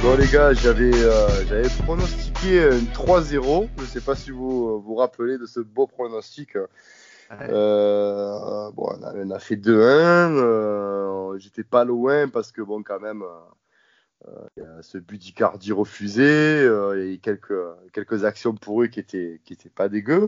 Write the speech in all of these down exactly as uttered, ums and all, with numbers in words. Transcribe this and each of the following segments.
Bon les gars, j'avais euh, j'avais pronostiqué une trois zéro. Je ne sais pas si vous vous rappelez de ce beau pronostic. Ouais. Euh, bon, on a, on a fait deux un. Euh, j'étais pas loin parce que bon, quand même, euh, il y a ce but d'Icardi refusé. Euh, il y a eu quelques quelques actions pour eux qui étaient qui étaient pas dégueu.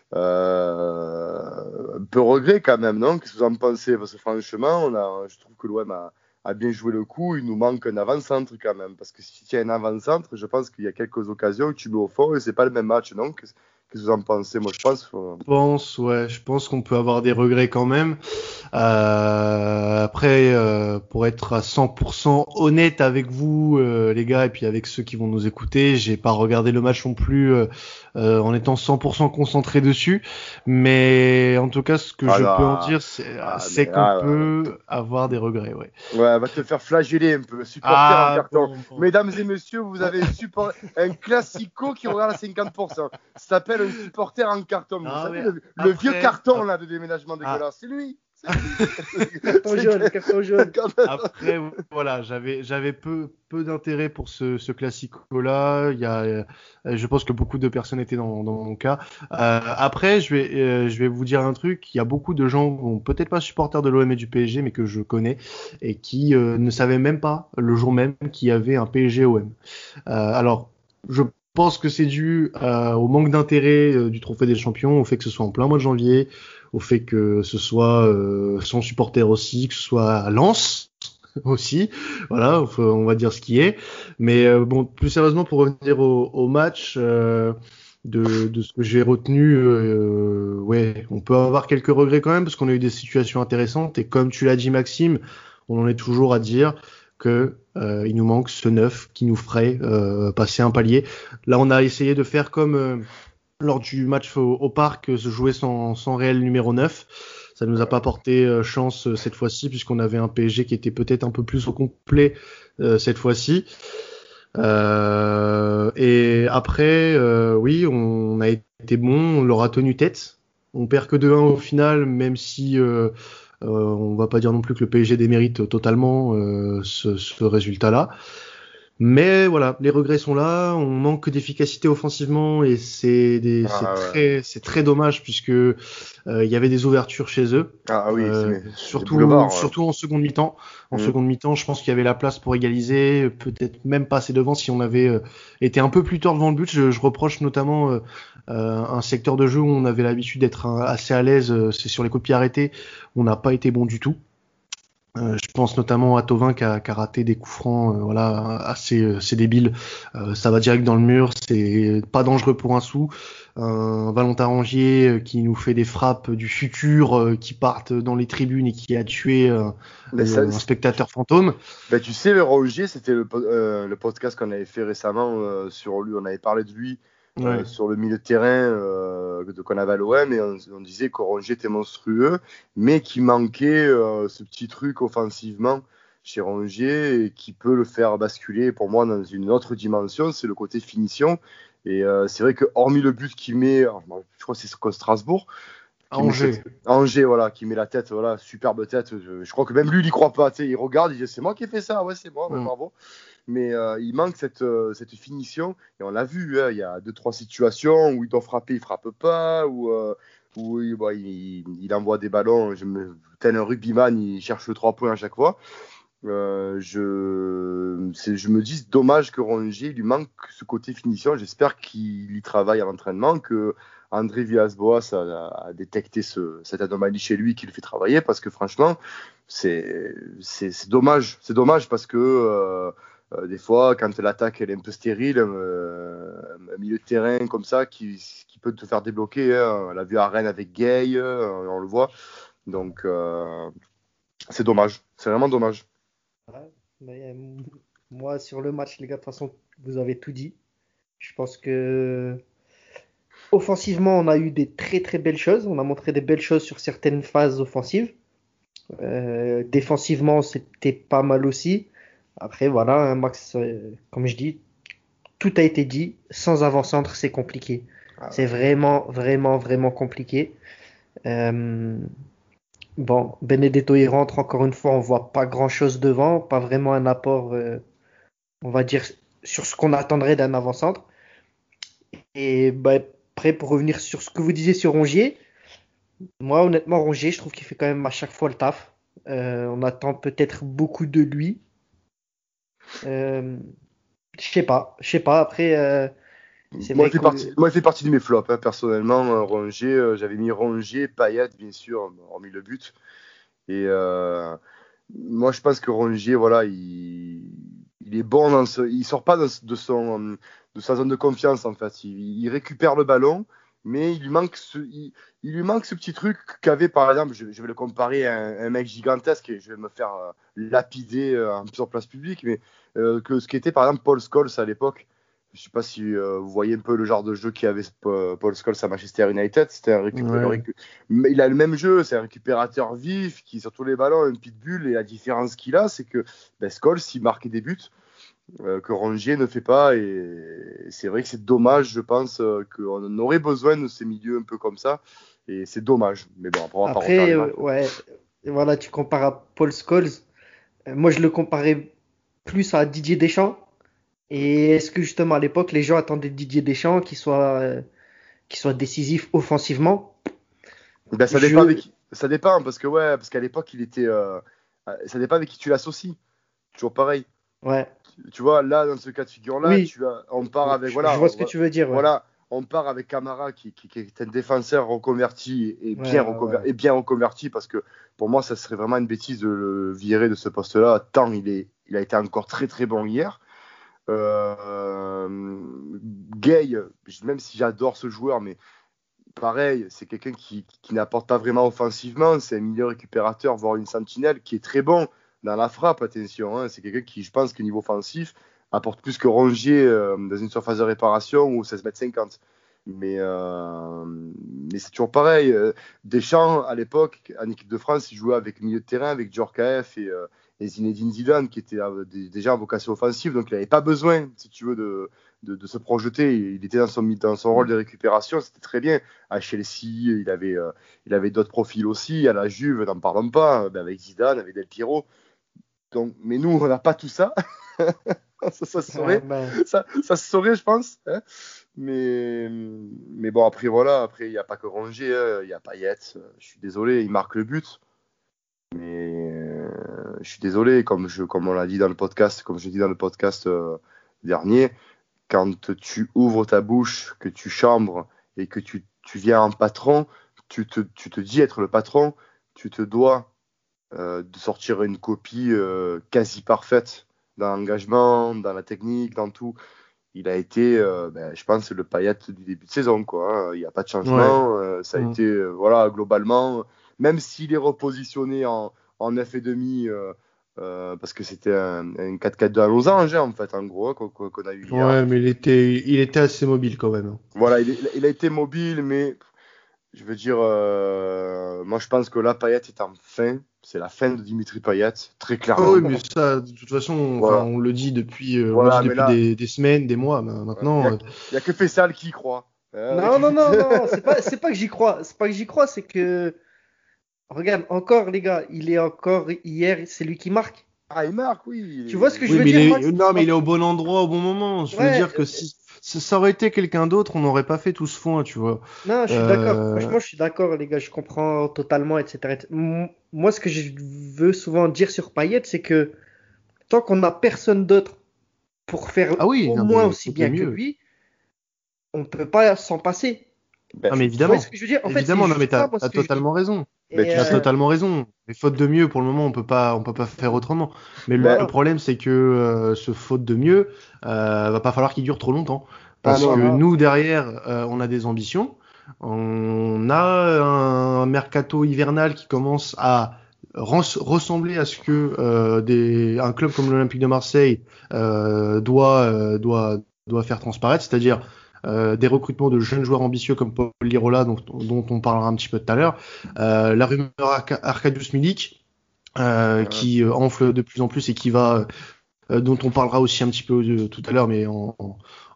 Euh, un peu regret quand même, non? Qu'est-ce que vous en pensez? Parce que franchement, on a, je trouve que l'O M a, a bien joué le coup. Il nous manque un avant-centre quand même. Parce que si tu as un avant-centre, je pense qu'il y a quelques occasions où tu mets au fond et c'est pas le même match, non? Qu'est-ce qu'est-ce que vous en pensez? Moi, je pense. euh, Je pense, ouais, je pense qu'on peut avoir des regrets quand même. Euh, après, euh, pour être à cent pour cent honnête avec vous, euh, les gars, et puis avec ceux qui vont nous écouter, j'ai pas regardé le match non plus euh, euh, en étant cent pour cent concentré dessus. Mais en tout cas, ce que Ah je non, peux en dire, c'est, ah, c'est mais qu'on ah, peut avoir des regrets, ouais. ouais, va te faire flageller un peu. Supporter en Ah carton. bon, bon. Mesdames et messieurs, vous avez un, support... un classico qui regarde à cinquante pour cent. Ça s'appelle un supporter en carton. Vous Non, savez, mais le, le vieux après, carton ap- là de déménagement ah, dégueulasse, c'est lui. C'est lui. Carton C'est jaune, que- carton jaune. Après, voilà, j'avais j'avais peu peu d'intérêt pour ce ce classico-là. Il y a, euh, je pense que beaucoup de personnes étaient dans dans mon cas. Euh, après, je vais euh, je vais vous dire un truc. Il y a beaucoup de gens qui sont peut-être pas supporters de l'O M et du P S G, mais que je connais et qui euh, ne savaient même pas le jour même qu'il y avait un P S G-O M. Euh, alors, je pense que c'est dû euh, au manque d'intérêt euh, du Trophée des Champions, au fait que ce soit en plein mois de janvier, au fait que ce soit euh, sans supporter aussi, que ce soit à Lens aussi. Voilà, faut- on va dire ce qui est. Mais euh, bon, plus sérieusement, pour revenir au, au match, euh, de, de ce que j'ai retenu, euh, ouais, on peut avoir quelques regrets quand même parce qu'on a eu des situations intéressantes. Et comme tu l'as dit, Maxime, on en est toujours à dire que euh, il nous manque ce neuf qui nous ferait euh, passer un palier. Là, on a essayé de faire comme euh, lors du match au, au parc, euh, se jouer sans, sans réel numéro neuf. Ça nous a pas porté euh, chance euh, cette fois-ci puisqu'on avait un P S G qui était peut-être un peu plus au complet euh, cette fois-ci. Euh, et après, euh, oui, on a été bon, on leur a tenu tête. On perd que deux un au final, même si euh, euh, on va pas dire non plus que le P S G démérite totalement euh, ce, ce résultat-là. Mais voilà, les regrets sont là. On manque d'efficacité offensivement et c'est des, c'est Ah, ouais. très, c'est très dommage puisque euh, il y avait des ouvertures chez eux. Ah oui, c'est Euh, mais c'est surtout, boulevard. Ouais. surtout en seconde mi-temps. En Mm. seconde mi-temps, je pense qu'il y avait la place pour égaliser, peut-être même passer devant si on avait euh, été un peu plus tard devant le but. Je, je reproche notamment euh, euh, un secteur de jeu où on avait l'habitude d'être euh, assez à l'aise. euh, C'est sur les coups de pied arrêtés. On n'a pas été bon du tout. Euh, je pense notamment à Thauvin qui a, qui a raté des coups francs, euh, voilà, assez, euh, assez débiles. Euh, ça va direct dans le mur, c'est pas dangereux pour un sou. Un Valentin Rongier euh, qui nous fait des frappes du futur, euh, qui partent dans les tribunes et qui a tué euh, Mais ça, le- un spectateur fantôme. ben, tu sais, le Roger, c'était le, po- euh, le podcast qu'on avait fait récemment euh, sur lui. On avait parlé de lui euh, Ouais. sur le milieu de terrain euh, de- qu'on avait à l'O M et on, on disait que Rongier était monstrueux, mais qu'il manquait euh, ce petit truc offensivement chez Rongier et qui peut le faire basculer pour moi dans une autre dimension, c'est le côté finition. Et euh, c'est vrai que hormis le but qu'il met, alors, je crois que c'est contre Strasbourg, À qui met cette Angers. Angers, voilà, qui met la tête, voilà, superbe tête. Je, je crois que même lui, il y croit pas. Tu sais, il regarde, il dit c'est moi qui ai fait ça, ouais, c'est moi, ouais, Mm. bravo. Mais euh, il manque cette, euh, cette finition. Et on l'a vu, hein, il y a deux, trois situations où il doit frapper, il frappe pas, où, euh, où il, bah, il, il envoie des ballons. Je me, tel un rugbyman, il cherche le trois points à chaque fois. Euh, je, c'est, je me dis, c'est dommage que Rongier il lui manque ce côté finition. J'espère qu'il y travaille à l'entraînement, que André Villas-Boas a, a détecté ce, cette anomalie chez lui, qu'il fait travailler, parce que franchement, c'est, c'est, c'est dommage. C'est dommage parce que euh, euh, des fois, quand l'attaque elle est un peu stérile, euh, un milieu de terrain comme ça qui, qui peut te faire débloquer. Hein. On l'a vu à Rennes avec Gay, euh, on le voit. Donc, euh, c'est dommage. C'est vraiment dommage. Ouais, mais, euh, moi, sur le match, les gars, de toute façon, vous avez tout dit. Je pense que offensivement, on a eu des très très belles choses. On a montré des belles choses sur certaines phases offensives. Euh, défensivement, c'était pas mal aussi. Après, voilà, hein, Max, euh, comme je dis, tout a été dit. Sans avant-centre, c'est compliqué. C'est Ah, vraiment, vraiment, vraiment compliqué. Euh, bon, Benedetto, il rentre encore une fois. On voit pas grand-chose devant. Pas vraiment un apport. euh, on va dire, sur ce qu'on attendrait d'un avant-centre. Et bah, après, pour revenir sur ce que vous disiez sur Rongier, moi, honnêtement, Rongier, je trouve qu'il fait quand même à chaque fois le taf. Euh, on attend peut-être beaucoup de lui. Euh, je sais pas, je sais pas. Après, euh, c'est Moi, vrai il fait que partie, moi, il fait partie de mes flops, hein, personnellement. euh, Rongier, euh, j'avais mis Rongier, Payet, bien sûr, hormis le but. Et euh, moi, je pense que Rongier, voilà, il, il est bon dans ce, il sort pas de, de son, de sa zone de confiance en fait. Il, il récupère le ballon, mais il lui manque ce, il, il lui manque ce petit truc qu'avait par exemple, je, je vais le comparer à un, un mec gigantesque et je vais me faire euh, lapider euh, en sur place publique, mais euh, que ce qui était par exemple Paul Scholes à l'époque. Je sais pas si euh, vous voyez un peu le genre de jeu qu'il avait euh, Paul Scholes à Manchester United. C'était un récup- le Ouais. récu- mais il a le même jeu, c'est un récupérateur vif qui sur tous les ballons a une pitbull et la différence qu'il a, c'est que ben, Scholes il marquait des buts euh, que Rongier ne fait pas et c'est vrai que c'est dommage, je pense euh, qu'on aurait besoin de ces milieux un peu comme ça et c'est dommage. Mais bon, après on va pas refaire après, les euh, matchs. ouais, voilà, tu compares à Paul Scholes. Euh, moi, je le comparais plus à Didier Deschamps. Et est-ce que justement à l'époque, les gens attendaient de Didier Deschamps qu'il soit, euh, qu'il soit décisif offensivement? Ben, ça dépend avec Je, qui- ça dépend parce que ouais, parce qu'à l'époque il était euh, ça dépend avec qui tu l'associes. Toujours pareil. ouais, Tu vois, là, dans ce cas de figure-là, oui, tu as, on part avec, je, je voilà, vois ce que tu veux dire, ouais. voilà, on part avec Camara qui, qui, qui est un défenseur reconverti et bien, Ouais, ouais, reconver- ouais. et bien reconverti parce que pour moi, ça serait vraiment une bêtise de le virer de ce poste-là, tant il, est, il a été encore très très bon hier. Euh, Gay, même si j'adore ce joueur, mais pareil, c'est quelqu'un qui, qui n'apporte pas vraiment offensivement. C'est un milieu récupérateur, voire une sentinelle qui est très bon dans la frappe. Attention, hein. C'est quelqu'un qui, je pense, que niveau offensif, apporte plus que Rongier euh, dans une surface de réparation ou seize mètres cinquante. Mais, euh, mais c'est toujours pareil. Euh, Deschamps, à l'époque, en équipe de France, il jouait avec milieu de terrain, avec Djorkaeff et, euh, et Zinedine Zidane, qui était euh, déjà en vocation offensive. Donc, il n'avait pas besoin, si tu veux, de, de, de se projeter. Il était dans son, dans son rôle de récupération. C'était très bien. À Chelsea, il avait, euh, il avait d'autres profils aussi. À la Juve, n'en parlons pas, ben avec Zidane, avec Del Piero. Donc, mais nous, on n'a pas tout ça. ça, ça se Ouais, saurait. ben, Ça, ça se saurait, je pense. Hein. Mais, mais bon, après, voilà. Après, il n'y a pas que Rongier. Hein. Il y a Payet. Je suis désolé, il marque le but. Mais euh, je suis désolé, comme, je, comme on l'a dit dans le podcast, comme je dis dans le podcast euh, dernier, quand tu ouvres ta bouche, que tu chambres et que tu, tu viens en patron, tu te, tu te dis être le patron, tu te dois euh, de sortir une copie euh, quasi parfaite dans l'engagement, dans la technique, dans tout. Il a été, euh, ben, je pense, le Payet du début de saison, quoi. Hein. Il n'y a pas de Ouais. changement. Euh, ça a Mm. été, euh, voilà, globalement, même s'il est repositionné en, en neuf et demi, euh, euh, parce que c'était un, un quatre quatre deux à losange, hein, en fait, en gros, qu'on qu'on a eu hier. Ouais, mais il était, il était assez mobile quand même. Voilà, il, est- il a été mobile, mais je veux dire, euh, moi je pense que là, Payet est en fin. C'est la fin de Dimitri Payet, très Ah oui, clairement. mais ça, de toute façon, enfin, Voilà, on le dit depuis, euh, on le dit voilà, mais depuis là, des, des semaines, des mois. mais il n'y a, Maintenant, euh, y a que Fessal qui y croit. Hein. non, non, non, non, c'est pas, c'est pas que j'y crois. C'est pas que j'y crois, c'est que, regarde, encore, les gars, il est encore hier, c'est lui qui marque. Ah, il marque, oui. Tu vois ce il que est- je oui, veux mais il dire, est, Max? non, mais En- il est au bon endroit au bon moment. Je veux Ouais, dire que si ça ça aurait été quelqu'un d'autre, on n'aurait pas fait tout ce foin, tu vois. non, je suis d'accord. Euh, Franchement, je suis d'accord, les gars. Je comprends totalement, et cetera et cetera. M- Moi, ce que je veux souvent dire sur Payet, c'est que tant qu'on n'a personne d'autre pour faire Ah oui, au non, moins mais aussi faute de bien que mieux. lui, on peut pas s'en passer. Ben, Ah, mais Tu, tu vois ce évidemment, que je veux dire? En fait, c'est évidemment, non, mais juste ça, t'as, moi, ce t'as que je dis. totalement raison. ben, Et tu T'as sais, euh, totalement raison. Mais faute de mieux, pour le moment, on peut pas, on peut pas faire autrement. Mais le, le ben, voilà. problème, c'est que euh, ce faute de mieux, euh, va pas falloir qu'il dure trop longtemps. ah Parce non, que mais Voilà. nous, derrière, euh, on a des ambitions. On a un mercato hivernal qui commence à res- ressembler à ce que euh, des, un club comme l'Olympique de Marseille euh, doit, euh, doit, doit faire transparaître, c'est-à-dire euh, des recrutements de jeunes joueurs ambitieux comme Paul Lirola, dont, dont on parlera un petit peu tout à l'heure, euh, la rumeur Arca- Arkadiusz Milik, euh, euh, qui euh, enfle de plus en plus et qui va, euh, dont on parlera aussi un petit peu euh, tout à l'heure, mais en, en,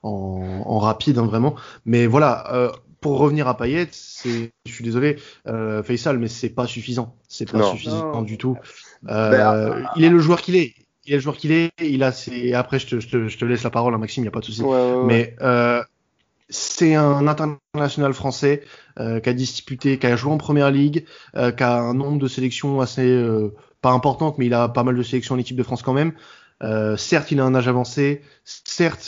en rapide, hein, vraiment. Mais voilà, euh, pour revenir à Payet, c'est, je suis désolé, euh, Faisal, mais c'est pas suffisant. C'est pas non. suffisant Non. du tout. Ben, Euh, il est le joueur qu'il est. il est le joueur qu'il est. Il a ses... Après, je te, je, te, je te laisse la parole, hein, Maxime, il n'y a pas de souci. Ouais, ouais, ouais. Mais euh, c'est un international français euh, qui a disputé, qui a joué en première ligue, euh, qui a un nombre de sélections assez euh, pas importante, mais il a pas mal de sélections en équipe de France quand même. Euh, certes, il a un âge avancé. Certes,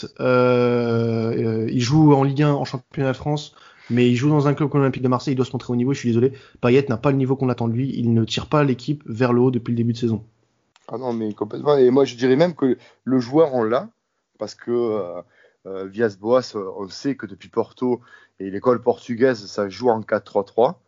euh, euh, il joue en Ligue un, en championnat de France. Mais il joue dans un club comme l'Olympique de Marseille, il doit se montrer au niveau, je suis désolé. Payet n'a pas le niveau qu'on attend de lui, il ne tire pas l'équipe vers le haut depuis le début de saison. Ah non, mais complètement. Et moi, je dirais même que le joueur, on l'a, parce que euh, euh, Villas-Boas, on sait que depuis Porto et l'école portugaise, ça joue en quatre trois trois.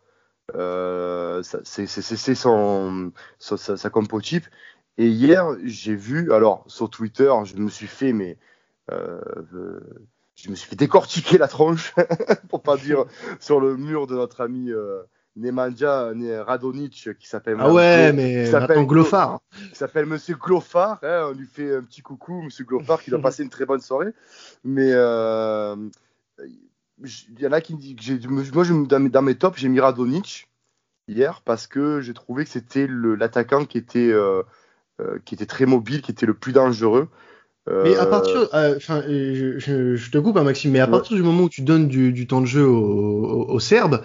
Euh, ça- c'est c'est- c'est- c'est son, son- sa, sa compo type. Et hier, j'ai vu, alors sur Twitter, je me suis fait, mais euh, euh, je me suis fait décortiquer la tronche, pour pas dire sur le mur de notre ami euh, Nemanja Radonic, qui s'appelle Ah Madame ouais, Glo- qui mais s'appelle maintenant Glo- Glofard. qui s'appelle Monsieur Glofard. Hein, on lui fait un petit coucou, Monsieur Glofard, qui doit passer une très bonne soirée. Mais euh, il y en a qui me disent que j'ai, moi, je, dans, mes, dans mes tops, j'ai mis Radonic hier parce que j'ai trouvé que c'était le, l'attaquant qui était, euh, euh, qui était très mobile, qui était le plus dangereux. Mais à Euh, partir, enfin, je, je, je te coupe, hein, Maxime, mais à ouais. partir du moment où tu donnes du, du temps de jeu aux au, au Serbes,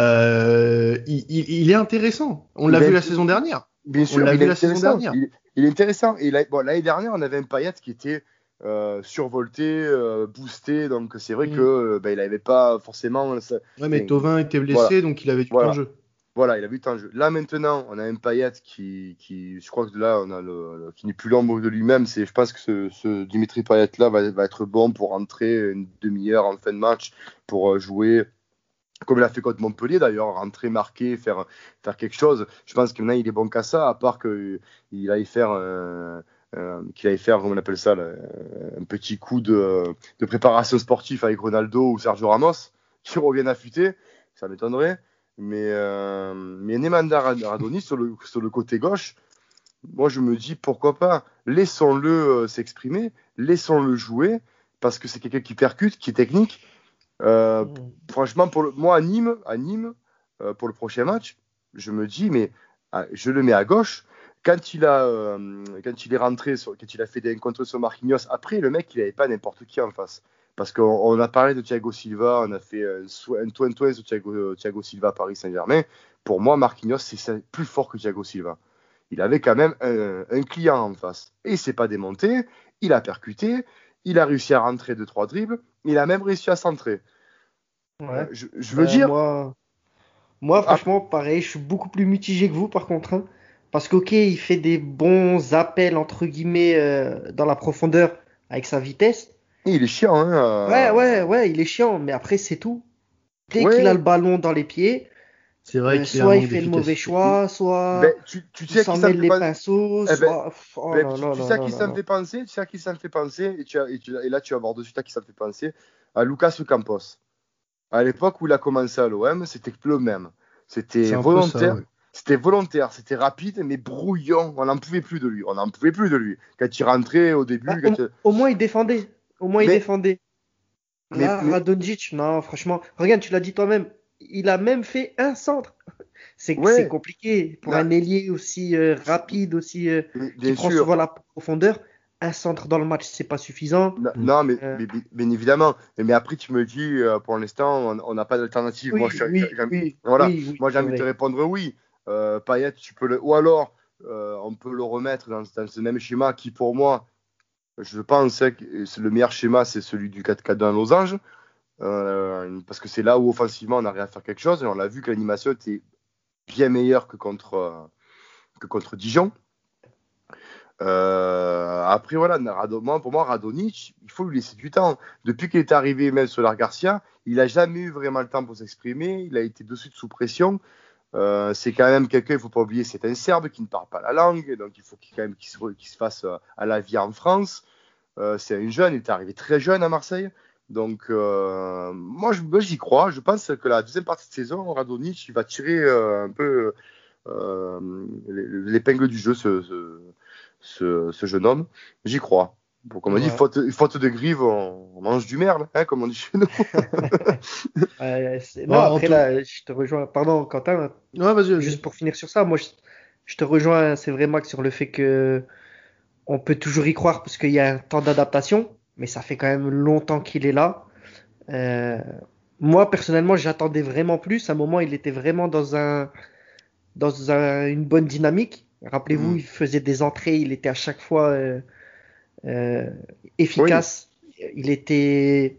euh, il, il, il est intéressant. On l'a Il vu est, la saison dernière. bien On sûr, l'a mais il vu est la saison intéressant. dernière. Il, il est intéressant. Et là, bon, l'année dernière, on avait un Payet qui était euh, survolté, euh, boosté. Donc c'est vrai Mm. que euh, ben, il n'avait pas forcément. Ça, Ouais, mais enfin, Thauvin était voilà, blessé, donc il avait du temps de voilà, jeu. voilà, il a vu tant de jeu. Là maintenant, on a un Payet qui, qui, je crois que là, on a le, le- qui n'est plus l'ombre de lui-même. C'est, je pense que ce, ce Dimitri Payet là va, va être bon pour rentrer une demi-heure en fin de match pour euh, jouer. Comme il a fait contre Montpellier d'ailleurs, rentrer, marquer, faire, faire quelque chose. Je pense que maintenant il est bon qu'à ça, à part qu'il aille faire, euh, euh, qu'il aille faire, comment on appelle ça, là, un petit coup de, de préparation sportive avec Ronaldo ou Sergio Ramos, qui reviennent affûter, ça m'étonnerait. Mais, euh, mais Nemanja Radoni sur le, sur le côté gauche, moi je me dis pourquoi pas, laissons-le euh, s'exprimer, laissons-le jouer, parce que c'est quelqu'un qui percute, qui est technique. Euh, Mm. Franchement, pour le, moi, à Nîmes, à Nîmes euh, pour le prochain match, je me dis, mais ah, je le mets à gauche. Quand il, a, euh, quand il est rentré, sur, quand il a fait des rencontres sur Marquinhos, après, le mec, il n'avait pas n'importe qui en face. Parce qu'on on a parlé de Thiago Silva, on a fait un, un toin-toin sur Thiago, Thiago Silva à Paris Saint-Germain. Pour moi, Marquinhos, c'est plus fort que Thiago Silva. Il avait quand même un, un client en face. Et il ne s'est pas démonté, il a percuté, il a réussi à rentrer deux trois dribbles, il a même réussi à centrer. Euh, Ouais. je, je veux Ben, dire, moi, moi, ah, franchement, pareil, je suis beaucoup plus mitigé que vous, par contre. Hein. Parce qu'ok, il fait des bons appels, entre guillemets, euh, dans la profondeur avec sa vitesse. il est chiant, hein, Ouais, ouais, euh, ouais, il est chiant, mais après, c'est tout. Dès qu'il a ouais, le ballon dans les pieds, C'est vrai euh, qu'il a un soit il manque fait le mauvais d'efficacité. choix, soit ben, tu, tu il sais à s'en qui ça me mêle fait les penser. pinceaux, Eh ben, soit. Oh ben, là tu, là tu là sais à là qui là ça me là. fait penser, tu sais à qui ça me fait penser, et, tu as- et, tu- et là tu vas voir de suite à qui ça me fait penser, à Lucas Campos. À l'époque où il a commencé à l'O M, c'était le même. C'était C'est un peu ça, volontaire, ouais. c'était volontaire, c'était rapide, mais brouillon. On n'en pouvait plus de lui. On n'en pouvait plus de lui. Quand il rentrait au Bah, début, au, quand il- au moins, il défendait. Au moins, il mais, défendait. mais, Là, mais, Radonjic, non, franchement, regarde, tu l'as dit toi-même, il a même fait un centre. C'est c'est ouais, compliqué pour non, un ailier aussi euh, rapide, aussi euh, mais qui bien prend sûr. souvent la profondeur. Un centre dans le match, c'est pas suffisant. Non, Mm. non, mais, Euh, mais- mais- bien évidemment. Mais, mais après, tu me dis, euh, pour l'instant, on on n'a pas d'alternative. Moi, oui, je- oui, j'ai- j'ai- oui, voilà. oui, oui, Moi, j'ai c'est envie de te vrai. répondre oui. Euh, Payet, tu peux le. Ou alors, euh, on peut le remettre dans, dans ce même schéma qui, pour moi, je pense hein, que c'est le meilleur schéma, c'est celui du quatre quatre deux en losange. Euh, parce que c'est là où, offensivement, on arrive à faire quelque chose. Et on l'a vu que l'animation était bien meilleure que contre, euh, que contre Dijon. Euh, après, voilà, Rado- moi, pour moi, Radonic, il faut lui laisser du temps. Depuis qu'il est arrivé, même Solar Garcia, il n'a jamais eu vraiment le temps pour s'exprimer. Il a été de suite sous pression. Euh, c'est quand même quelqu'un, il ne faut pas oublier, c'est un Serbe qui ne parle pas la langue. Donc, il faut qu'il, quand même qu'il se, qu'il se fasse euh, à la vie en France. Euh, c'est un jeune, il est arrivé très jeune à Marseille. Donc, euh, moi, je, moi, j'y crois. Je pense que la deuxième partie de saison, Radonic, il va tirer euh, un peu euh, l'épingle du jeu, ce, ce, ce, ce jeune homme. J'y crois. Bon, comme on dit, Ouais. faute, faute de grive, on, on mange du merle, hein, comme on dit chez nous. Euh, c'est- Bon, non, en après tout... là, je te rejoins. Pardon, Quentin, Ouais, vas-y, juste vas-y. pour finir sur ça, moi, je, je te rejoins, c'est vrai, Max, sur le fait que on peut toujours y croire parce qu'il y a un temps d'adaptation, mais ça fait quand même longtemps qu'il est là. Euh, moi, personnellement, j'attendais vraiment plus. À un moment, il était vraiment dans un, dans un- une bonne dynamique. Rappelez-vous, Mm. il faisait des entrées, il était à chaque fois euh, euh, Oui, efficace. Il était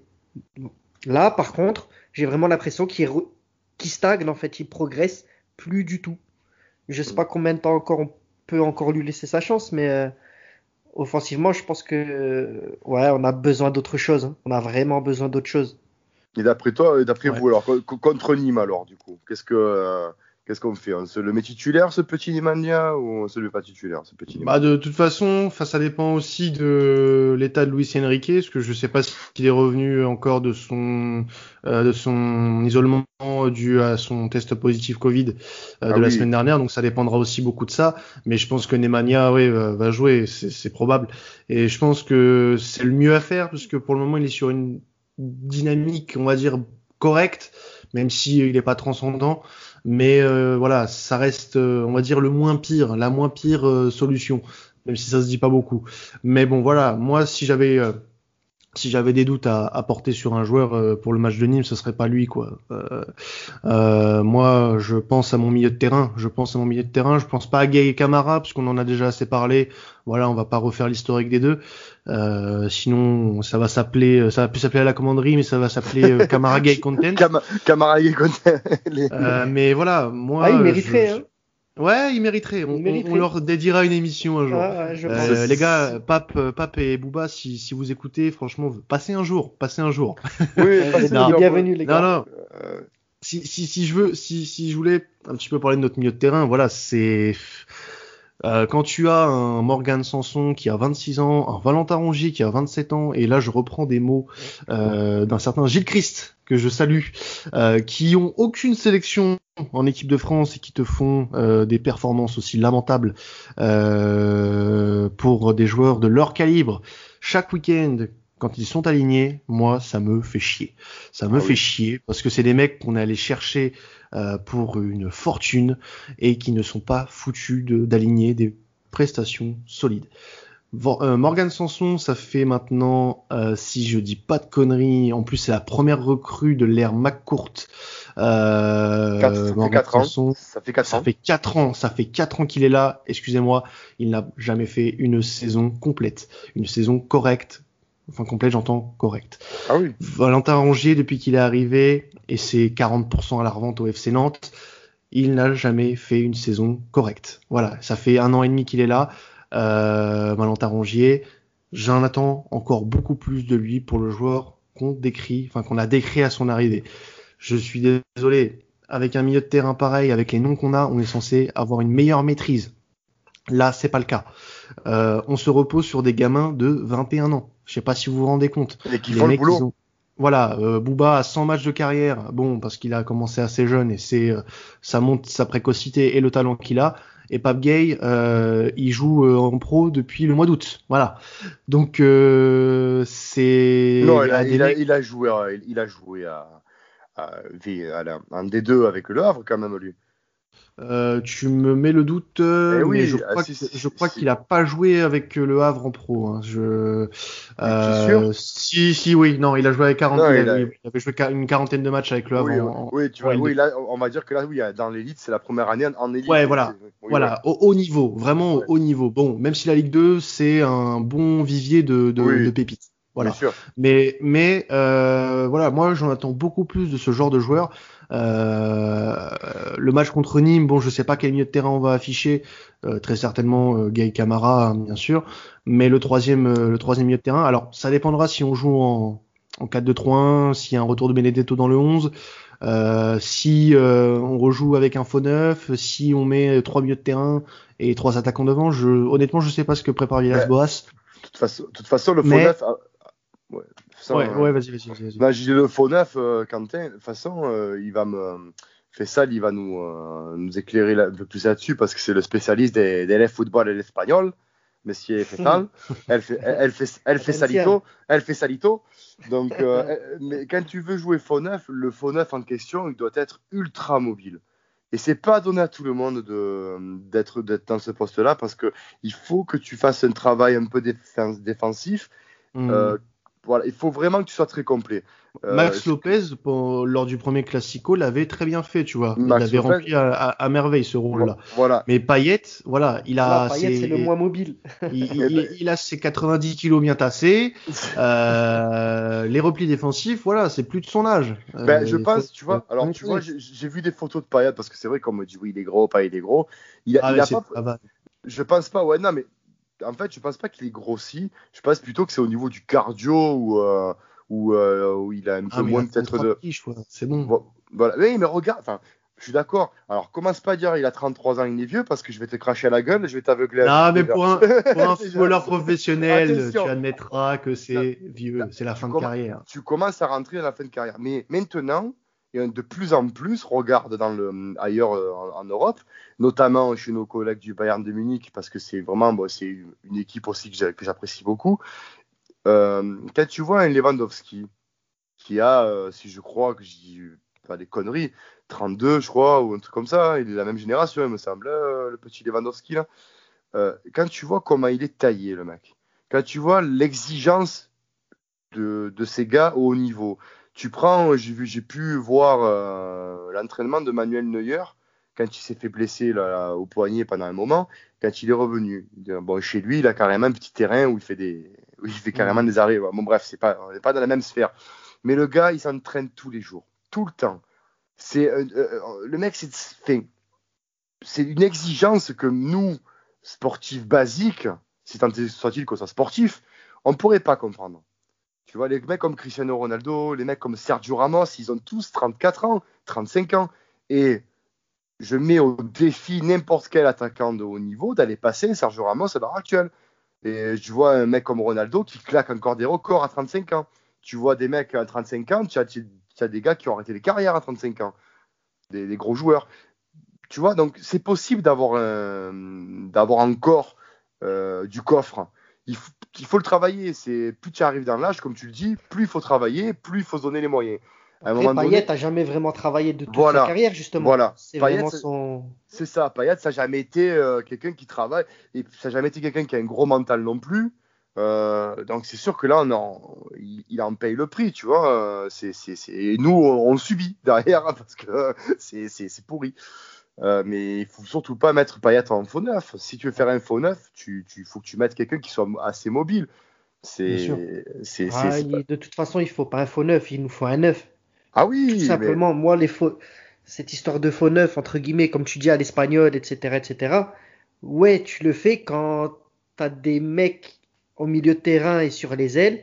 là, par contre, j'ai vraiment l'impression qu'il re- qu'il stagne, en fait, il progresse plus du tout. Je sais pas combien de temps encore on peut encore lui laisser sa chance, mais euh, offensivement, je pense que euh, ouais, on a besoin d'autre chose, hein. On a vraiment besoin d'autre chose. et d'après toi, et d'après Ouais. vous, alors, co- co- contre Nîmes, alors, du coup, qu'est-ce que, euh, qu'est-ce qu'on fait? On se le met titulaire, ce petit Nemanja, ou on se le met pas titulaire, ce petit Bah Nemanja? de toute façon, enfin, ça dépend aussi de l'état de Luis Enrique, parce que je sais pas s'il est revenu encore de son euh, de son isolement dû à son test positif Covid euh, Ah de la oui, semaine dernière, donc ça dépendra aussi beaucoup de ça. Mais je pense que Nemanja, oui, va, va jouer, c'est c'est probable. Et je pense que c'est le mieux à faire, parce que pour le moment, il est sur une dynamique, on va dire correcte, même si il est pas transcendant. Mais euh, voilà, ça reste, euh, on va dire, le moins pire, la moins pire euh, solution, même si ça se dit pas beaucoup. Mais bon, voilà, moi, si j'avais euh, si j'avais des doutes à, à porter sur un joueur euh, pour le match de Nîmes, ce serait pas lui, quoi. Euh, euh, moi, je pense à mon milieu de terrain. Je pense à mon milieu de terrain. Je pense pas à Gay et Camara, parce qu'on en a déjà assez parlé. Voilà, on va pas refaire l'historique des deux. Euh, sinon, ça va s'appeler, ça va plus s'appeler à la commanderie, mais ça va s'appeler euh, Camara Gay Content. Cam Camara contre les... Euh, mais voilà, Ah, il moi, je, mériterait, je- hein. ouais, ils mériteraient. On, Il on- on mériterait. leur dédiera une émission un jour. Ah, ouais, je Ce- Euh, les pense. gars, Pape, euh, Pape et Booba, si, si vous écoutez, franchement, passez un jour, passez un jour. Oui, Ouais, vous passez êtes le les Non, job. bienvenus, les non, gars. non. Euh, Si, si, si je veux, si, si je voulais un petit peu parler de notre milieu de terrain, voilà, c'est euh, quand tu as un Morgan Sanson qui a vingt-six ans, un Valentin Rongier qui a vingt-sept ans, et là je reprends des mots euh, d'un certain Gilles Christ que je salue, euh, qui ont aucune sélection en équipe de France et qui te font euh, des performances aussi lamentables euh, pour des joueurs de leur calibre chaque week-end. Quand ils sont alignés, moi, ça me fait chier. Ça me ah fait oui. chier parce que c'est des mecs qu'on est allé chercher euh, pour une fortune et qui ne sont pas foutus de, d'aligner des prestations solides. Vo- euh, Morgan Sanson, ça fait maintenant, euh, si je dis pas de conneries, en plus c'est la première recrue de l'ère McCourt. Quatre- Euh, ça fait Morgan quatre ans. Sanson, Ça fait quatre ça ans. fait quatre ans, ça fait quatre ans qu'il est là. Excusez-moi, il n'a jamais fait une saison complète, une saison correcte. Enfin complète, j'entends correcte. Ah oui. Valentin Rongier, depuis qu'il est arrivé, et c'est quarante pour cent à la revente au F C Nantes, il n'a jamais fait une saison correcte. Voilà, ça fait un an et demi qu'il est là. Euh, Valentin Rongier, j'en attends encore beaucoup plus de lui pour le joueur qu'on décrit, enfin qu'on a décrit à son arrivée. Je suis désolé, avec un milieu de terrain pareil, avec les noms qu'on a, on est censé avoir une meilleure maîtrise. Là, c'est pas le cas. Euh, on se repose sur des gamins de vingt et un ans. Je sais pas si vous vous rendez compte. Et qui Les font le mecs, ils boulot. ont, voilà, euh, Booba a cent matchs de carrière. Bon, parce qu'il a commencé assez jeune et c'est, euh, ça montre sa précocité et le talent qu'il a. Et Pape Gay, euh, il joue euh, en pro depuis le mois d'août. Voilà. Donc euh, c'est Non, il à a, des il a, mecs. il a joué, à- il a joué à, à, à la- en D deux avec le Havre quand même lui. Euh, tu me mets le doute, Eh euh, mais je oui, ah, crois si, que si, je crois si. qu'il a pas joué avec euh, le Havre en pro. Hein. Je, Tu, tu es sûr? euh, si si oui, non, il a joué avec quarante, Non, il, a, il a. il avait joué qua- une quarantaine de matchs avec le Havre Oui, oui, en, en, oui, tu en vois, oui, L deux. là, on va dire que là, oui, dans l'élite, c'est la première année en, en élite. Ouais, Oui, c'est- voilà, oui, ouais, voilà, au haut niveau, vraiment au ouais. haut niveau. Bon, même si la Ligue deux c'est un bon vivier de de, de Oui, pépites. bien Voilà. sûr. Mais mais euh, voilà, moi j'en attends beaucoup plus de ce genre de joueurs. Euh, le match contre Nîmes, bon, je sais pas quel milieu de terrain on va afficher, euh, très certainement euh, Gay Camara, hein, bien sûr, mais le troisième, euh, le troisième milieu de terrain. Alors, ça dépendra si on joue en, en quatre deux trois un, s'il y a un retour de Benedetto dans le onze, euh, si euh, on rejoue avec un faux neuf, si on met trois milieux de terrain et trois attaquants devant. Je, honnêtement, je sais pas ce que prépare Mais, Villas-Boas, de toute façon, de toute façon, le faux mais neuf. ah, ouais, de toute façon, ouais, euh, ouais, vas-y, vas-y, vas-y. vas-y. non, je dis le faux neuf, euh, Quentin. De toute façon, euh, il va me. Faisal, il va nous, euh, nous éclairer là- un peu plus là-dessus parce que c'est le spécialiste des, des football et l'espagnol. Messier Faisal. Elle fait, elle, elle fait, elle fait salito. Elle fait salito. Donc, euh, mais quand tu veux jouer faux neuf, le faux neuf en question, il doit être ultra mobile. Et c'est pas donné à tout le monde de, d'être, d'être dans ce poste-là parce que il faut que tu fasses un travail un peu défense, défensif. Hmm. Euh, voilà, il faut vraiment que tu sois très complet. Euh, Max Lopez, pour- lors du premier Classico, l'avait très bien fait, tu vois. Il Max l'avait Lopez, rempli à, à- à merveille ce rôle-là. voilà. Mais Payet, voilà, il Là, a Payet, c'est le ses, moins mobile. il, Eh il- ben, il a ses quatre-vingt-dix kilos bien tassés. Euh, les replis défensifs, voilà, c'est plus de son âge. ben, je Euh, il faut, pense, tu vois, faut alors être tu vois, honnête. j'ai, j'ai vu des photos de Payet parce que c'est vrai qu'on me dit oui, il est gros, Payet il est gros. Il a, Ah il mais a c'est pas, pas va. je pense pas, ouais, non, mais en fait, je pense pas qu'il est grossi. Je pense plutôt que c'est au niveau du cardio où, euh, où, euh, où il a un Ah peu mais il a moins peut-être trente-trois de. piges, quoi. C'est bon. Vo- Voilà. Oui, mais regarde, enfin, je suis d'accord. Alors, commence pas à dire il a trente-trois ans, il est vieux parce que je vais te cracher à la gueule, je vais t'aveugler à vie Non, mais déjà. pour un, pour un Déjà. footballeur professionnel, tu Attention. admettras que Là, c'est là, vieux, c'est la tu, fin de commen- carrière. tu commences à rentrer à la fin de carrière. Mais maintenant, et de plus en plus, regarde dans le, ailleurs euh, en, en Europe, notamment chez nos collègues du Bayern de Munich, parce que c'est vraiment bon, c'est une équipe aussi que j'a- que j'apprécie beaucoup. Euh, quand tu vois un Lewandowski qui a, euh, si je crois que je dis pas des conneries, trente-deux, je crois, ou un truc comme ça, il est de la même génération, il me semble, euh, le petit Lewandowski là. Euh, quand tu vois comment il est taillé, le mec, quand tu vois l'exigence de, de ces gars au haut niveau. Tu prends, j'ai vu, j'ai pu voir euh, l'entraînement de Manuel Neuer quand il s'est fait blesser là, là, au poignet pendant un moment, quand il est revenu. Bon, chez lui, il a carrément un petit terrain où il fait des, où il fait carrément Mm. des arrêts. Bon, bref, c'est pas, on n'est pas dans la même sphère. Mais le gars, il s'entraîne tous les jours, tout le temps. C'est euh, euh, le mec, c'est, fait, c'est une exigence que nous, sportifs basiques, si tant est soit-il qu'on soit sportif, on ne pourrait pas comprendre. Tu vois, les mecs comme Cristiano Ronaldo, les mecs comme Sergio Ramos, ils ont tous trente-quatre ans, trente-cinq ans. Et je mets au défi n'importe quel attaquant de haut niveau d'aller passer Sergio Ramos à l'heure actuelle. Et je vois un mec comme Ronaldo qui claque encore des records à trente-cinq ans. Tu vois des mecs à trente-cinq ans, tu as, tu as des gars qui ont arrêté les carrières à trente-cinq ans, des, des gros joueurs. Tu vois, donc c'est possible d'avoir un, d'avoir encore euh, du coffre. Il faut, il faut le travailler. C'est plus tu arrives dans l'âge, comme tu le dis, plus il faut travailler, plus il faut se donner les moyens. À un Après, moment donné, Payet a jamais vraiment travaillé de toute sa voilà, carrière, justement. voilà. C'est Payet, vraiment c'est son. c'est ça. Payet, ça n'a jamais été euh, quelqu'un qui travaille et ça n'a jamais été quelqu'un qui a un gros mental non plus. Euh, donc c'est sûr que là, on en, il, il en paye le prix, tu vois. Euh, C'est, c'est, c'est... Et nous, on, on le subit derrière hein, parce que euh, c'est, c'est, c'est pourri. Euh, mais il faut surtout pas mettre Payet en faux neuf. Si tu veux faire un faux neuf, tu, tu faut que tu mettes quelqu'un qui soit assez mobile. Bien sûr. C'est, c'est, c'est, Ah, c'est pas... il- de toute façon, il faut pas un faux neuf, il nous faut un neuf. Ah Tout oui, mais simplement, moi, les faux... cette histoire de faux neuf, entre guillemets, comme tu dis à l'espagnol, et cetera, et cetera, ouais, tu le fais quand t'as des mecs au milieu de terrain et sur les ailes,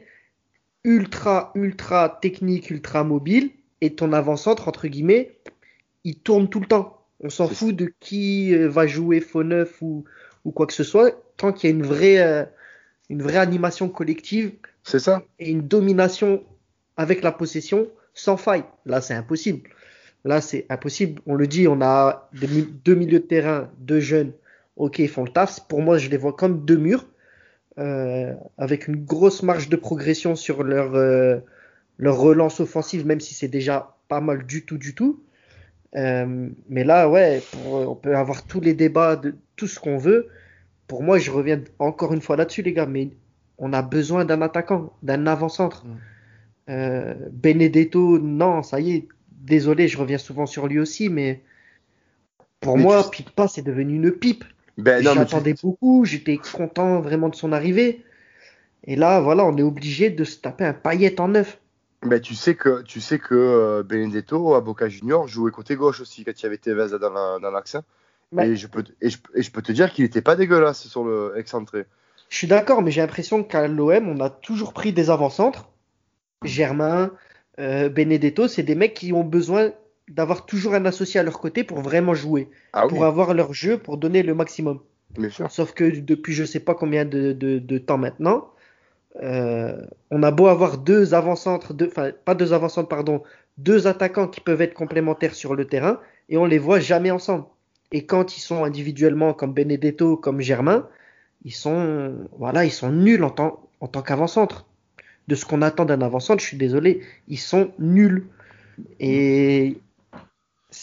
ultra, ultra technique, ultra mobile, et ton avant-centre, entre guillemets, il tourne tout le temps. On s'en c'est, fout de qui euh, va jouer faux neuf ou, ou quoi que ce soit, tant qu'il y a une vraie, euh, une vraie animation collective c'est ça. et une domination avec la possession sans faille. Là, c'est impossible. Là, c'est impossible. On le dit, on a des mu- deux milieux de terrain, deux jeunes. Ok, ils font le taf. Pour moi, je les vois comme deux murs, euh, avec une grosse marge de progression sur leur, euh, leur relance offensive, même si c'est déjà pas mal du tout, du tout. Euh, mais là, ouais, pour- on peut avoir tous les débats de tout ce qu'on veut. Pour moi, je reviens encore une fois là-dessus, les gars, mais on a besoin d'un attaquant, d'un avant-centre. Mm. Euh, Benedetto, non, ça y est. Désolé, je reviens souvent sur lui aussi, mais pour Mais tu, moi, Pipa, c'est devenu une pipe. ben non, mais tu, J'attendais beaucoup, j'étais content vraiment de son arrivée. Et là, voilà, on est obligé de se taper un paillette en neuf. ben tu sais que, tu sais que euh, Benedetto à Boca Junior jouait côté gauche aussi quand il y avait Tevez dans la, dans l'axe. Ouais, Et je peux, te- et je, et je peux te dire qu'il n'était pas dégueulasse sur le excentré. je suis d'accord, mais j'ai l'impression qu'à l'O M, on a toujours pris des avant-centres. Germain, euh, Benedetto, c'est des mecs qui ont besoin d'avoir toujours un associé à leur côté pour vraiment jouer, Ah pour oui, avoir leur jeu, pour donner le maximum. bien sûr. Sauf que depuis je sais pas combien de, de- de temps maintenant, euh, on a beau avoir deux avant-centres, deux- enfin pas deux avant-centres, pardon, deux attaquants qui peuvent être complémentaires sur le terrain et on les voit jamais ensemble. Et quand ils sont individuellement comme Benedetto, comme Germain, ils sont, voilà, ils sont nuls en tant, en tant qu'avant-centre. De ce qu'on attend d'un avant-centre, je suis désolé, ils sont nuls. Et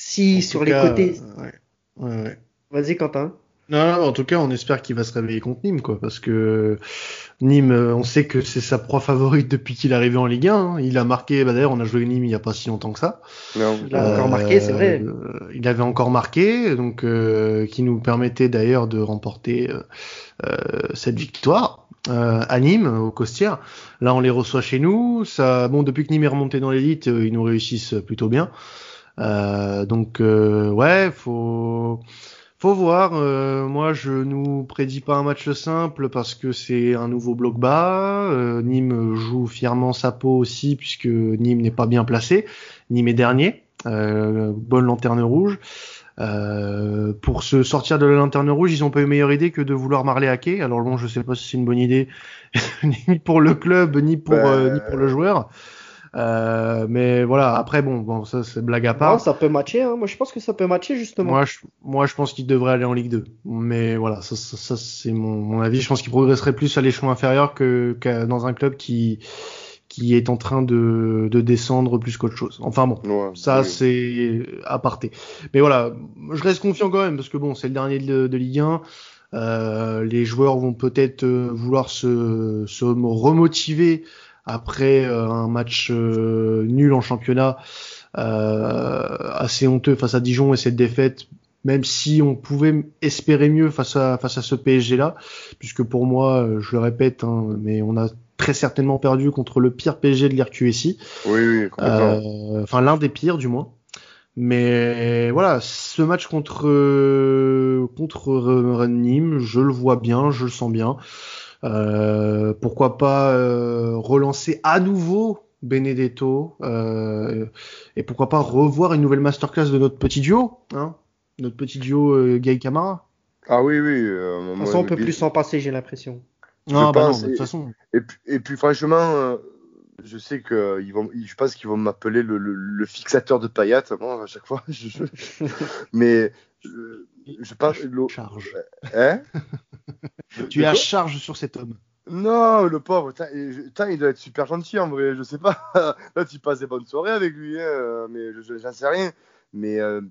Si En sur tout les cas, côtés. euh, ouais. Ouais, ouais. Vas-y, Quentin. Non, non, en tout cas, on espère qu'il va se réveiller contre Nîmes, quoi, parce que Nîmes, euh, on sait que c'est sa proie favorite depuis qu'il est arrivé en Ligue un. Hein. Il a marqué, bah, d'ailleurs, on a joué Nîmes il n'y a pas si longtemps que ça. Non, Il a euh, encore marqué, c'est vrai. Euh, il avait encore marqué, donc euh, qui nous permettait d'ailleurs de remporter euh, euh, cette victoire euh, à Nîmes, au Costières. Là, on les reçoit chez nous. Ça, bon, depuis que Nîmes est remonté dans l'élite, euh, ils nous réussissent plutôt bien. Euh, donc, euh, ouais, faut. Faut voir, euh, moi je nous prédis pas un match simple parce que c'est un nouveau bloc bas. Euh, Nîmes joue fièrement sa peau aussi puisque Nîmes n'est pas bien placé. Nîmes est dernier, euh, bonne lanterne rouge. Euh, pour se sortir de la lanterne rouge, ils ont pas eu meilleure idée que de vouloir marler hacker. Alors bon, je sais pas si c'est une bonne idée ni pour le club ni pour euh, ni pour le ben, joueur. Euh, mais voilà, après bon, bon ça c'est blague à Non, part. ça peut matcher, hein. Moi, je pense que ça peut matcher, justement. Moi, je, moi, je pense qu'il devrait aller en Ligue deux. Mais voilà, ça, ça, ça, c'est mon, mon avis. Je pense qu'il progresserait plus à l'échelon inférieur que, qu'à, dans un club qui, qui est en train de, de descendre plus qu'autre chose. Enfin bon, ouais, ça, oui. c'est aparté. Mais voilà, je reste confiant quand même parce que bon, c'est le dernier de, de Ligue un. Euh, les joueurs vont peut-être euh, vouloir se, se remotiver après euh, un match euh, nul en championnat euh, assez honteux face à Dijon et cette défaite, même si on pouvait espérer mieux face à face à ce P S G là, puisque pour moi, je le répète, hein, mais on a très certainement perdu contre le pire P S G de l'R Q S I, Oui, oui, complètement. euh, enfin l'un des pires du moins. Mais voilà, ce match contre euh, contre euh, Nîmes, je le vois bien, je le sens bien. Euh, pourquoi pas euh, relancer à nouveau Benedetto euh, et pourquoi pas revoir une nouvelle masterclass de notre petit duo, hein, notre petit duo euh, Gay Camara. Ah oui, oui, euh, De toute moi, façon, on peut mais plus s'en passer, j'ai l'impression. je Ah bah non, pense. de toute Et, façon. et, puis, et puis, franchement, euh, je sais que ils vont, je pense qu'ils vont m'appeler le, le, le fixateur de paillettes, moi, à chaque fois. Je, je- mais euh, je À pense. l'eau- charge. Hein? De, Tu de es à quoi? charge sur cet homme. Non, le pauvre, tain, et je- tain, il doit être super gentil en vrai, je sais pas. Là, tu passes des bonnes soirées avec lui, hein, euh, mais je- je- j'en sais rien. Mais euh,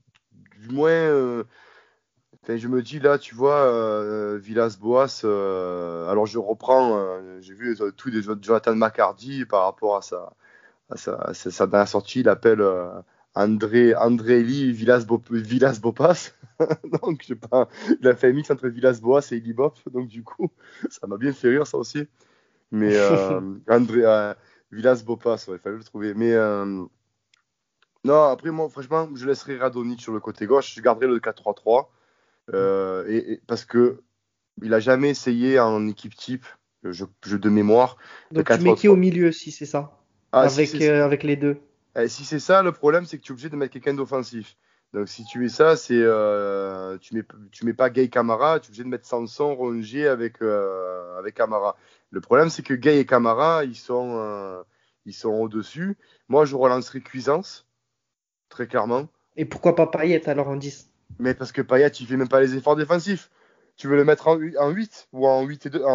du moins, euh, enfin, je me dis là, tu vois, euh, Villas-Boas, euh, alors je reprends, euh, j'ai vu euh, tout de Jonathan McCarty par rapport à sa, à sa, à sa, sa dernière sortie, il appelle euh, André, André Lee Villas-Bo- Villas-Bopas. Donc, je sais pas, il a fait un mix entre Villas-Boas et Illy Bop, donc du coup, ça m'a bien fait rire ça aussi. Mais euh, André euh, Villas-Bopas, ouais, il fallait le trouver. Mais euh, non, après, moi, franchement, je laisserai Radonjic sur le côté gauche. Je garderai le quatre trois trois. Euh, et, et- parce que il a jamais essayé en équipe type, je, je- de mémoire, de Donc, tu quatre mets qui au trois. milieu, si c'est ça? Ah, si Avec, c'est euh, avec les deux. eh, si c'est ça, le problème, c'est que tu es obligé de mettre quelqu'un d'offensif. Donc, si tu mets ça, c'est euh, tu mets tu mets pas Gay Camara, tu es obligé de mettre Sanson, Rongier avec euh, avec Camara. Le problème, c'est que Gay et Camara, ils sont euh, ils sont au-dessus. Moi, je relancerai Cuisance, très clairement. Et pourquoi pas Payet alors en dix? Mais parce que Payet, il fait même pas les efforts défensifs. Tu veux le mettre en, hu- en huit ou en huit et deux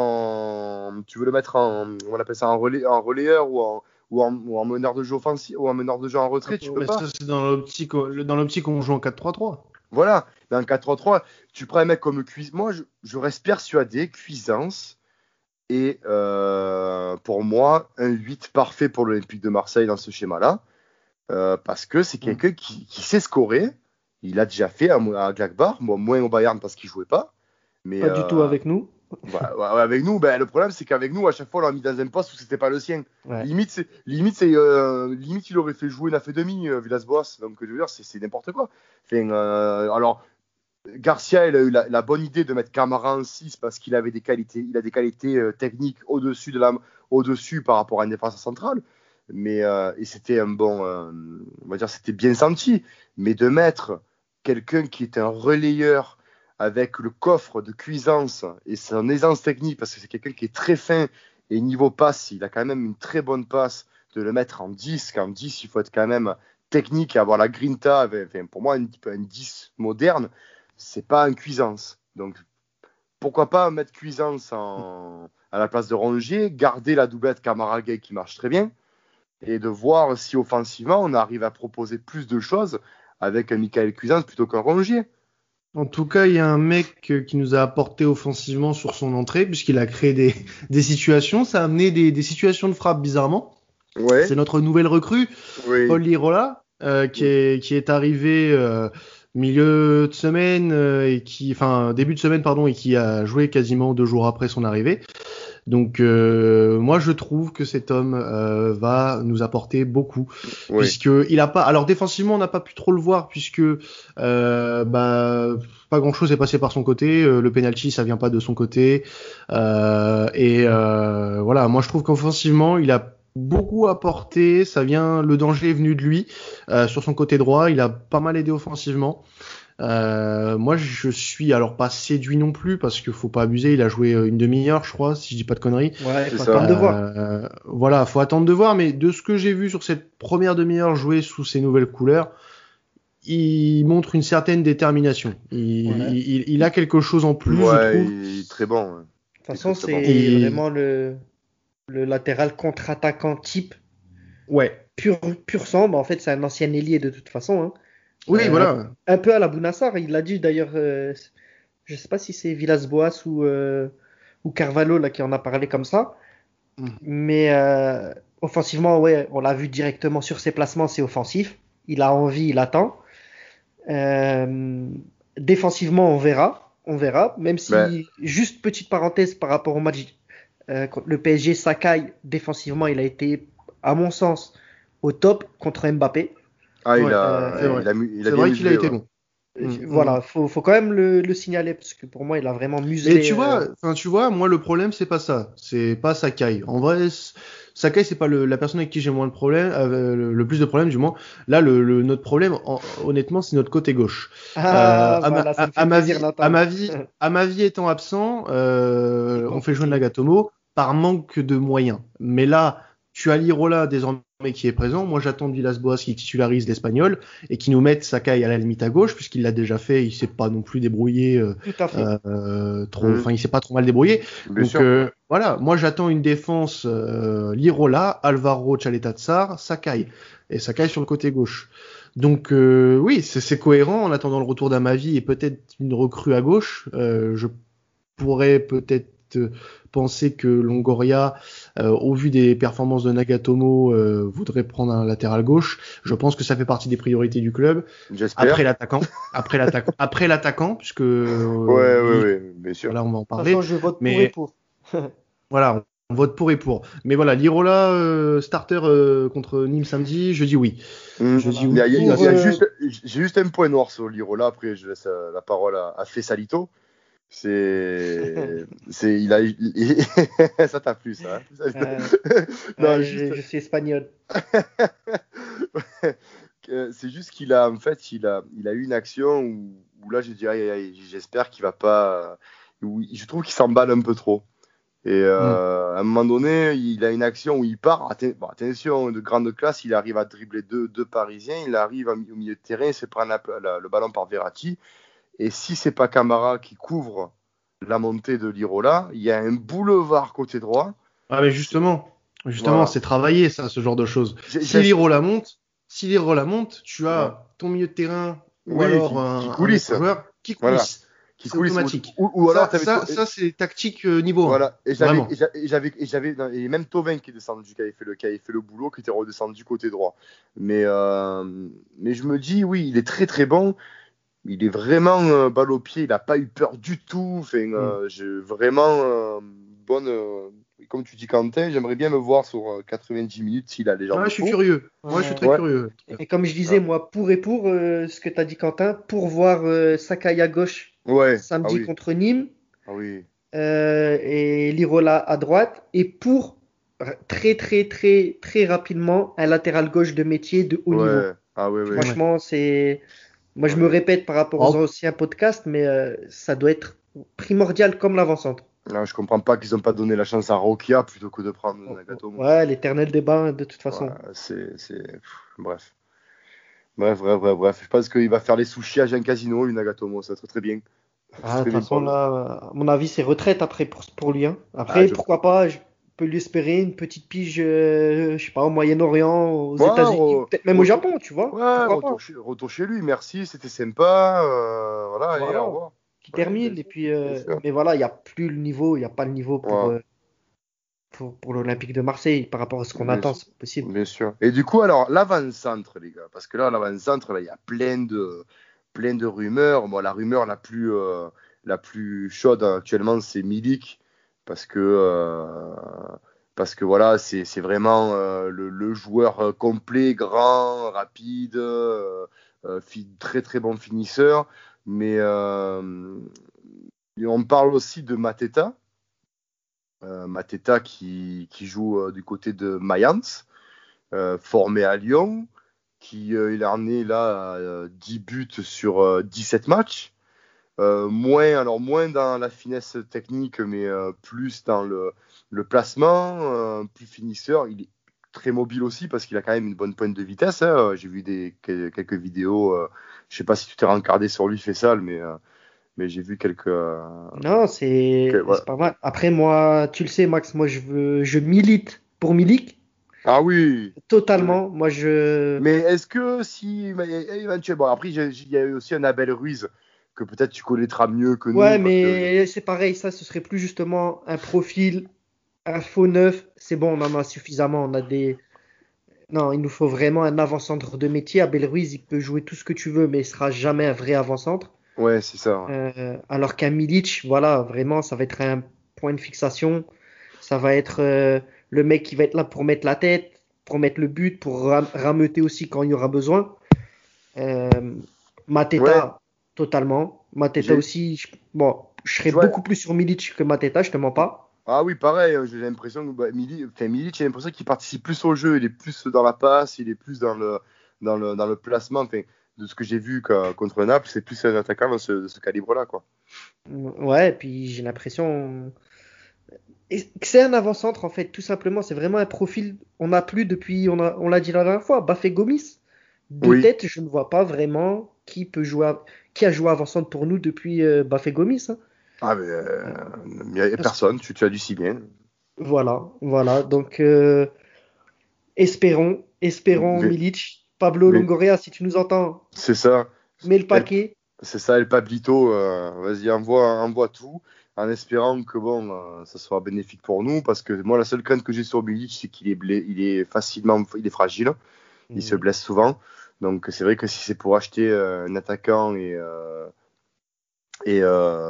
en, tu veux le mettre en, on appelle ça en, relais, en relayeur ou en, ou, en, ou en meneur de jeu offensif ou en meneur de jeu en retrait, tu peux Mais pas. ça, c'est dans l'optique, dans l'optique où on joue en quatre trois trois. Voilà, dans un quatre trois trois, tu prends un mec comme Cuisance. Moi, je, je reste persuadé, Cuisance est euh, pour moi un huit parfait pour l'Olympique de Marseille dans ce schéma-là. Euh, parce que c'est Mm. quelqu'un qui, qui sait scorer. Il a déjà fait à, à Gladbach, moi, moins au Bayern parce qu'il jouait pas. Mais Pas du tout euh, avec nous. bah, ouais, ouais, avec nous, ben, le problème c'est qu'avec nous, à chaque fois, on l'a mis dans un poste où c'était pas le sien. Ouais. Limite, c'est, limite, c'est, euh, limite, il aurait fait jouer Nafé demi, euh, Villas-Boas. Donc, je veux dire, c'est, c'est n'importe quoi. Enfin, euh, alors, Garcia, il a eu la, la bonne idée de mettre Camara en six parce qu'il avait des qualités, il a des qualités euh, techniques au-dessus de la, au-dessus par rapport à une défense centrale. Mais euh, et c'était un bon, euh, on va dire, c'était bien senti. Mais de mettre quelqu'un qui est un relayeur avec le coffre de Cuisance et son aisance technique, parce que c'est quelqu'un qui est très fin et niveau passe, il a quand même une très bonne passe, de le mettre en dix, qu'en dix, il faut être quand même technique et avoir la grinta. Enfin, pour moi, un, un dix moderne, c'est pas un Cuisance. Donc, pourquoi pas mettre Cuisance en, à la place de Rongier, garder la doublette Camara-Gay qui marche très bien, et de voir si offensivement on arrive à proposer plus de choses avec un Michael Cuisance plutôt qu'un Rongier. En tout cas, il y a un mec qui nous a apporté offensivement sur son entrée, puisqu'il a créé des, des situations. Ça a amené des, des situations de frappe, bizarrement. Ouais. C'est notre nouvelle recrue, Oui. Paul Lirola, euh, qui, oui. est, qui est arrivé euh, milieu de semaine, euh, et qui, enfin début de semaine, pardon, et qui a joué quasiment deux jours après son arrivée. Donc euh, moi je trouve que cet homme euh, va nous apporter beaucoup, oui. puisque il a pas. Alors défensivement on n'a pas pu trop le voir puisque euh, bah pas grand chose est passé par son côté. Euh, le penalty ça vient pas de son côté euh, et euh, voilà. Moi je trouve qu'offensivement il a beaucoup apporté. Ça vient, le danger est venu de lui euh, sur son côté droit. Il a pas mal aidé offensivement. Euh, moi, je suis alors pas séduit non plus parce qu'il faut pas abuser. Il a joué une demi-heure, je crois, si je dis pas de conneries. Ouais, faut attendre de voir. Euh, voilà, faut attendre de voir. Mais de ce que j'ai vu sur cette première demi-heure jouée sous ces nouvelles couleurs, il montre une certaine détermination. Il, ouais. il, il, il a quelque chose en plus, ouais, je trouve. Il est très bon. Ouais. De toute façon, c'est bon. Et... vraiment le, le latéral contre-attaquant type. Ouais. Pur, pur sang. Bah, en fait, c'est un ancien ailier de toute façon. Hein. Oui, euh, voilà. Un peu à la Bounassar, il l'a dit d'ailleurs, euh, je sais pas si c'est Villas-Boas ou, euh, ou Carvalho là, qui en a parlé comme ça, mm. mais euh, offensivement, ouais, on l'a vu directement sur ses placements, c'est offensif, il a envie, il attend. Euh, défensivement, on verra, on verra, même si, ouais. Juste petite parenthèse par rapport au match, euh, le P S G, Sakai, défensivement, il a été, à mon sens, au top contre Mbappé. Ah, il a, c'est vrai, il a, il a c'est vrai qu'il a été ouais. bon. Mmh. Voilà, faut, faut quand même le, le signaler parce que pour moi, il a vraiment muselé. Mais tu vois, enfin, euh... tu vois, moi le problème c'est pas ça, c'est pas Sakai. En vrai, Sakai c'est pas le, la personne avec qui j'ai moins de problème, euh, le, le plus de problèmes du moins. Là, le, le notre problème, en, honnêtement, c'est notre côté gauche. Ah, euh, voilà, à, ma, à, à, ma vie, à ma vie, à ma vie étant absent, euh, on fait jouer Nagatomo par manque de moyens. Mais là, tu as Lirola désormais qui est présent. Moi, j'attends de Villas-Boas qui titularise l'Espagnol et qui nous mette Sakai à la limite à gauche, puisqu'il l'a déjà fait. Il s'est pas non plus débrouillé euh, Tout à fait. Euh, trop. Enfin, mmh. il s'est pas trop mal débrouillé. Bien Donc euh, voilà, moi j'attends une défense euh, Lirola, Alvaro Tchaleta-Tsar, Sakai et Sakai sur le côté gauche. Donc euh, oui, c'est, c'est cohérent. En attendant le retour d'Amavi et peut-être une recrue à gauche, euh, je pourrais peut-être penser que Longoria, euh, au vu des performances de Nagatomo, euh, voudrait prendre un latéral gauche. Je pense que ça fait partie des priorités du club. J'espère. Après l'attaquant, après l'attaquant, après l'attaquant, puisque euh, ouais, ouais, ouais, bien sûr. Voilà, on va en parler. De toute façon, je vote mais pour et pour. voilà, on vote pour et pour. Mais voilà, Lirola euh, starter euh, contre Nîmes samedi, je dis oui. Mmh. Je dis oui. oui. Il y a, il y a, pour, il y a euh... juste, j'ai juste un point noir sur Lirola. Après, je laisse la parole à, à Fessalito. C'est, c'est, il a, il... ça t'a plu, ça. Hein euh, non, euh, juste... je, je suis espagnol. C'est juste qu'il a, en fait, il a, il a eu une action où, où là, j'ai dit, aïe, aïe, j'espère qu'il va pas. Où, je trouve qu'il s'emballe un peu trop. Et euh, mm. à un moment donné, il a une action où il part. Atten- bon, attention, de grande classe, il arrive à dribbler deux, deux Parisiens. Il arrive au milieu de terrain, il se prend la, la, le ballon par Verratti. Et si c'est pas Camara qui couvre la montée de Lirola, il y a un boulevard côté droit. Ah mais justement, justement, voilà. C'est travaillé ça, ce genre de choses. J'ai, si Lirola monte, si Lirola monte, tu as ouais. ton milieu de terrain ou oui, alors qui, un, qui coulisse. un joueur qui coulisse. Voilà. Qui c'est coulisse automatique. Ou, ou, ou alors, ça, ça, ça c'est tactique euh, niveau voilà. un. Et j'avais, et j'avais, et j'avais, et j'avais, et même Thauvin qui est descendu, qui avait fait le, qui avait fait le boulot, qui était redescendu côté droit. Mais, euh, mais je me dis, oui, il est très très bon. Il est vraiment euh, balle au pied, il n'a pas eu peur du tout. Enfin, euh, mm. j'ai vraiment euh, bonne. Euh, comme tu dis, Quentin, j'aimerais bien me voir sur euh, quatre-vingt-dix minutes s'il a les jambes. Ouais, je suis curieux. Moi, ouais, je suis très ouais. curieux. Et comme je disais, ouais. moi, pour et pour euh, ce que tu as dit, Quentin, pour voir euh, Sakai à gauche ouais. samedi ah, oui. contre Nîmes ah, oui. euh, et Lirola à droite, et pour très, très, très, très rapidement un latéral gauche de métier de haut ouais. niveau. Ah, oui, oui, Franchement, ouais. c'est. Moi, je me répète par rapport aux oh. anciens podcasts, mais euh, ça doit être primordial comme l'avant-centre. Non, je comprends pas qu'ils n'ont pas donné la chance à Rokia plutôt que de prendre oh. Nagatomo. Ouais, l'éternel débat, de toute façon. Ouais, c'est, c'est... Bref. Bref, bref, bref, bref. Je pense qu'il va faire les sushis à un casino, lui, Nagatomo. Ça serait très bien. Ah, de toute façon, là, à mon avis, c'est retraite après pour, pour lui. Hein. Après, ah, pourquoi je... pas je... peut lui espérer une petite pige, euh, je sais pas, au Moyen-Orient, aux Ouais, États-Unis, re- peut-être même au retour, Japon, tu vois. ouais, Pourquoi pas? retour chez, retour chez lui. Merci, c'était sympa. euh, voilà, et au Voilà, revoir. qui Ouais, bien termine. Et sûr, puis, bien euh, sûr. mais voilà, il n'y a plus le niveau, il n'y a pas le niveau pour, Ouais, euh, pour, pour l'Olympique de Marseille par rapport à ce qu'on bien attend, sûr. c'est pas possible. Bien sûr. Et du coup, alors, l'avant-centre, les gars, parce que là, l'avant-centre, là, il y a plein de, plein de rumeurs. Bon, la rumeur la plus, euh, la plus chaude actuellement, c'est Milik, parce que, euh, parce que voilà, c'est, c'est vraiment euh, le, le joueur euh, complet, grand, rapide, euh, euh, fi- très très bon finisseur. Mais euh, et on parle aussi de Mateta, euh, Mateta qui, qui joue euh, du côté de Mayence, euh, formé à Lyon, qui euh, il en est là à euh, dix buts sur euh, dix-sept matchs. Euh, moins, alors moins dans la finesse technique, mais euh, plus dans le, le placement, euh, plus finisseur. Il est très mobile aussi parce qu'il a quand même une bonne pointe de vitesse, hein. J'ai vu des, quelques vidéos, euh, je sais pas si tu t'es rencardé sur lui, Fessal, mais, euh, mais j'ai vu quelques. euh, Non, que- c'est voilà. c'est pas mal. Après, moi, tu le sais, Max, moi, je veux, je milite pour Milik, Ah oui, oui. totalement. Moi, je. Mais est-ce que si, mais, éventuellement, bon, après, j'ai- il y a eu aussi un Abel Ruiz que peut-être tu connaîtras mieux que Ouais, nous parce que. mais c'est pareil, ça, ce serait plus justement un profil, un faux neuf. C'est bon, on en a suffisamment. On a des. Non, il nous faut vraiment un avant-centre de métier. Abel Ruiz, il peut jouer tout ce que tu veux, mais il sera jamais un vrai avant-centre. Ouais, c'est ça. Ouais. Euh, alors qu'un Milic, voilà, vraiment, ça va être un point de fixation. Ça va être euh, le mec qui va être là pour mettre la tête, pour mettre le but, pour ram- rameuter aussi quand il y aura besoin. Euh, Ouais, Mateta, totalement. Mateta j'ai, aussi, je- bon, je serais je vois. beaucoup plus sur Milic que Mateta, je te mens pas. Ah oui, pareil, euh, j'ai l'impression que bah, Mili, enfin, Milic, j'ai l'impression qu'il participe plus au jeu, il est plus dans la passe, il est plus dans le, dans le, dans le placement. Enfin, de ce que j'ai vu que- contre Naples, c'est plus un attaquant de ce, de ce calibre-là, quoi. Ouais, et puis j'ai l'impression et que c'est un avant-centre en fait, tout simplement. C'est vraiment un profil. On n'a plus depuis, on a, on l'a dit la dernière fois, Bafé Gomis. De Oui. tête, je ne vois pas vraiment qui peut jouer, à- qui a joué avant-centre pour nous depuis euh, Bafé Gomis, hein. Ah, mais Euh, il n'y a parce que- personne, tu, tu as dit si bien. voilà, voilà. Donc euh, espérons, espérons Mais, Milic, Pablo mais Longoria, si tu nous entends, c'est ça. mets le El- paquet. c'est ça, El Pablito, euh, vas-y, envoie, envoie tout, en espérant que bon, euh, ça soit bénéfique pour nous, parce que moi, la seule crainte que j'ai sur Milic, c'est qu'il est, blé, il est facilement, il est fragile, il se Hmm. blesse souvent. Donc c'est vrai que si c'est pour acheter euh, un attaquant et, euh, et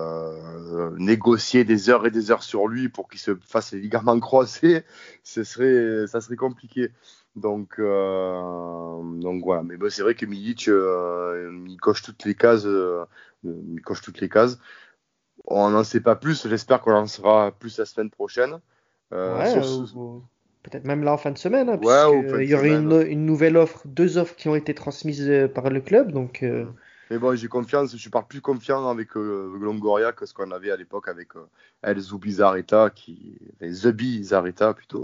euh, négocier des heures et des heures sur lui pour qu'il se fasse les ligaments croisés, ce serait, ça serait compliqué. Donc, euh, donc voilà. Mais bon, c'est vrai que Milic, euh, il coche toutes les cases. Euh, il coche toutes les cases. On n'en sait pas plus. J'espère qu'on en saura plus la semaine prochaine. Euh, Ouais, sur euh, ce... ou- ou peut-être même là en fin de semaine, hein, Ouais, puisque au fin euh, de il y aurait semaine. une, une nouvelle offre, deux offres qui ont été transmises euh, par le club. Donc, euh, Mais bon, j'ai confiance, je pars plus confiant avec euh, Longoria que ce qu'on avait à l'époque avec euh, El Zubizarreta, qui, enfin, Zubi Zareta plutôt,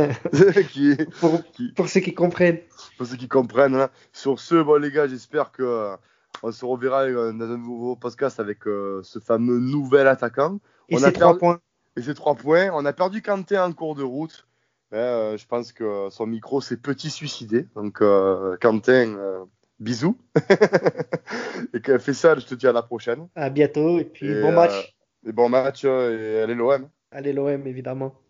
qui, pour, qui, pour ceux qui comprennent. pour ceux qui comprennent. Hein. Sur ce, bon les gars, j'espère que euh, on se reverra euh, dans un nouveau podcast avec euh, ce fameux nouvel attaquant. Et On a ces trois perdu, points. et ces trois points, on a perdu Kanté en cours de route. Hein, euh, je pense que son micro s'est petit suicidé. Donc euh, Quentin, euh, bisous. Et que fais ça, je te dis à la prochaine. À bientôt. Et Et, puis bon euh, match. et bon match euh, et allez l'O M. Allez, l'O M, évidemment.